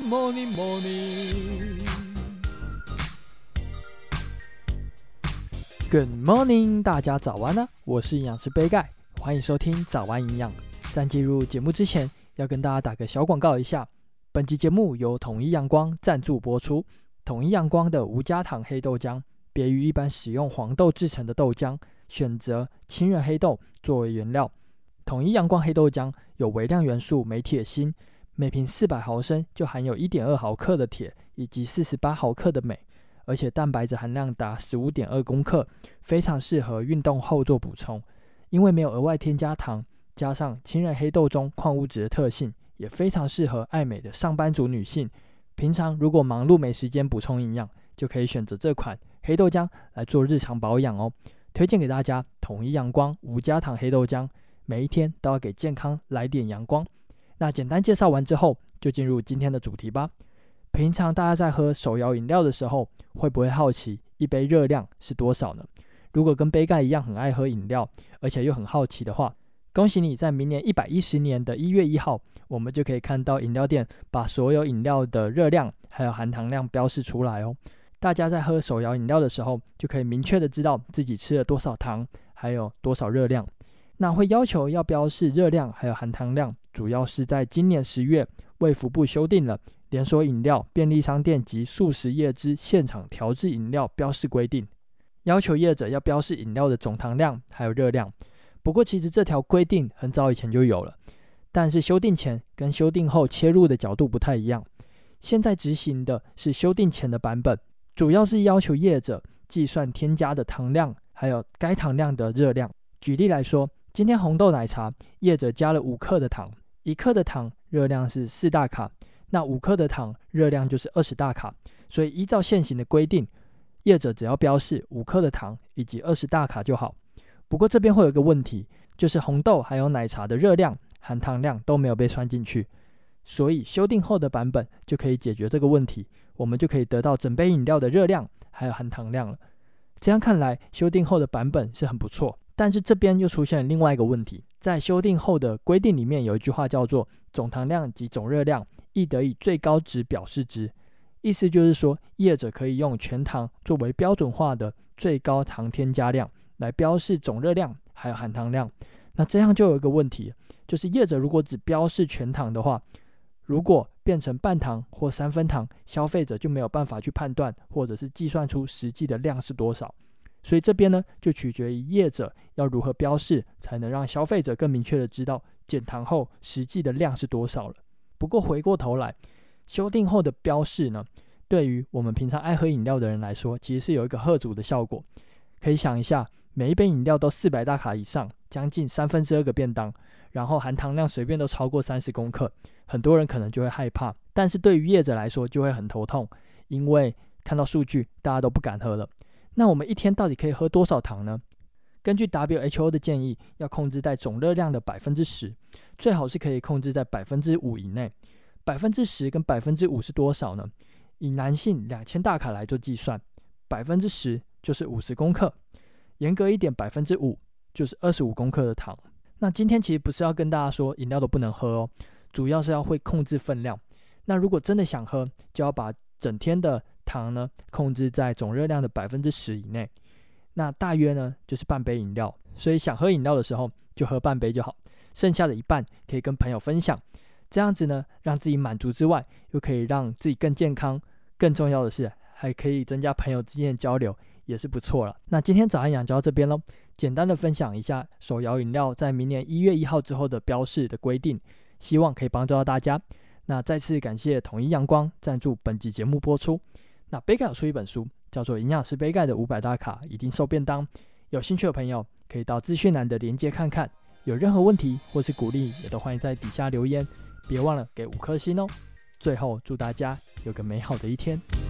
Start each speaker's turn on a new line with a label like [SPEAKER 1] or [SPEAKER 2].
[SPEAKER 1] morning, morning. Good morning， 大家早安啊！我是营养师杯盖，欢迎收听早安营养。在进入节目之前，要跟大家打个小广告一下。本集节目由统一阳光赞助播出。统一阳光的无加糖黑豆浆，别于一般使用黄豆制成的豆浆，选择清热黑豆作为原料。统一阳光黑豆浆有微量元素镁、铁、锌，每瓶400毫升就含有 1.2 毫克的铁以及48毫克的镁，而且蛋白质含量达 15.2 公克，非常适合运动后做补充。因为没有额外添加糖，加上清热黑豆中矿物质的特性，也非常适合爱美的上班族女性。平常如果忙碌没时间补充营养，就可以选择这款黑豆浆来做日常保养哦。推荐给大家统一阳光无加糖黑豆浆，每一天都要给健康来点阳光。那简单介绍完之后，就进入今天的主题吧。平常大家在喝手摇饮料的时候，会不会好奇一杯热量是多少呢？如果跟杯盖一样很爱喝饮料，而且又很好奇的话，恭喜你在明年110年的1月1号，我们就可以看到饮料店把所有饮料的热量还有含糖量标示出来哦。大家在喝手摇饮料的时候，就可以明确的知道自己吃了多少糖，还有多少热量。那会要求要标示热量还有含糖量，主要是在今年10月，卫福部修订了连锁饮料、便利商店及速食业之现场调制饮料标示规定，要求业者要标示饮料的总糖量还有热量。不过其实这条规定很早以前就有了，但是修订前跟修订后切入的角度不太一样。现在执行的是修订前的版本，主要是要求业者计算添加的糖量还有该糖量的热量。举例来说，今天红豆奶茶业者加了5克的糖，1克的糖热量是4大卡，那5克的糖热量就是20大卡，所以依照现行的规定，业者只要标示5克的糖以及20大卡就好。不过这边会有一个问题，就是红豆还有奶茶的热量、含糖量都没有被算进去，所以修订后的版本就可以解决这个问题，我们就可以得到整杯饮料的热量还有含糖量了。这样看来，修订后的版本是很不错，但是这边又出现了另外一个问题，在修订后的规定里面有一句话叫做总糖量及总热量亦得以最高值表示之，意思就是说业者可以用全糖作为标准化的最高糖添加量来标示总热量还有含糖量。那这样就有一个问题，就是业者如果只标示全糖的话，如果变成半糖或3分糖，消费者就没有办法去判断或者是计算出实际的量是多少。所以这边呢，就取决于业者要如何标示，才能让消费者更明确的知道减糖后实际的量是多少了。不过回过头来，修订后的标示呢，对于我们平常爱喝饮料的人来说，其实是有一个吓阻的效果。可以想一下，每一杯饮料都400大卡以上，将近2/3个便当，然后含糖量随便都超过30公克，很多人可能就会害怕。但是对于业者来说就会很头痛，因为看到数据大家都不敢喝了。那我们一天到底可以喝多少糖呢？根据 WHO 的建议，要控制在总热量的 10%， 最好是可以控制在 5% 以内。 10% 跟 5% 是多少呢？以男性2000大卡来做计算， 10% 就是50公克，严格一点 5% 就是25公克的糖。那今天其实不是要跟大家说饮料都不能喝哦，主要是要会控制分量。那如果真的想喝，就要把整天的糖呢控制在总热量的 10% 以内，那大约呢就是半杯饮料。所以想喝饮料的时候就喝半杯就好，剩下的一半可以跟朋友分享，这样子呢让自己满足之外，又可以让自己更健康，更重要的是还可以增加朋友之间的交流，也是不错了。那今天早安养就到这边咯，简单的分享一下手摇饮料在明年1月1号之后的标示的规定，希望可以帮助到大家。那再次感谢统一阳光赞助本集节目播出。那杯盖有出一本书，叫做《营养师杯盖的500大卡一定瘦便当》，有兴趣的朋友可以到资讯栏的连结看看。有任何问题或是鼓励，也都欢迎在底下留言，别忘了给5颗星哦。最后祝大家有个美好的一天。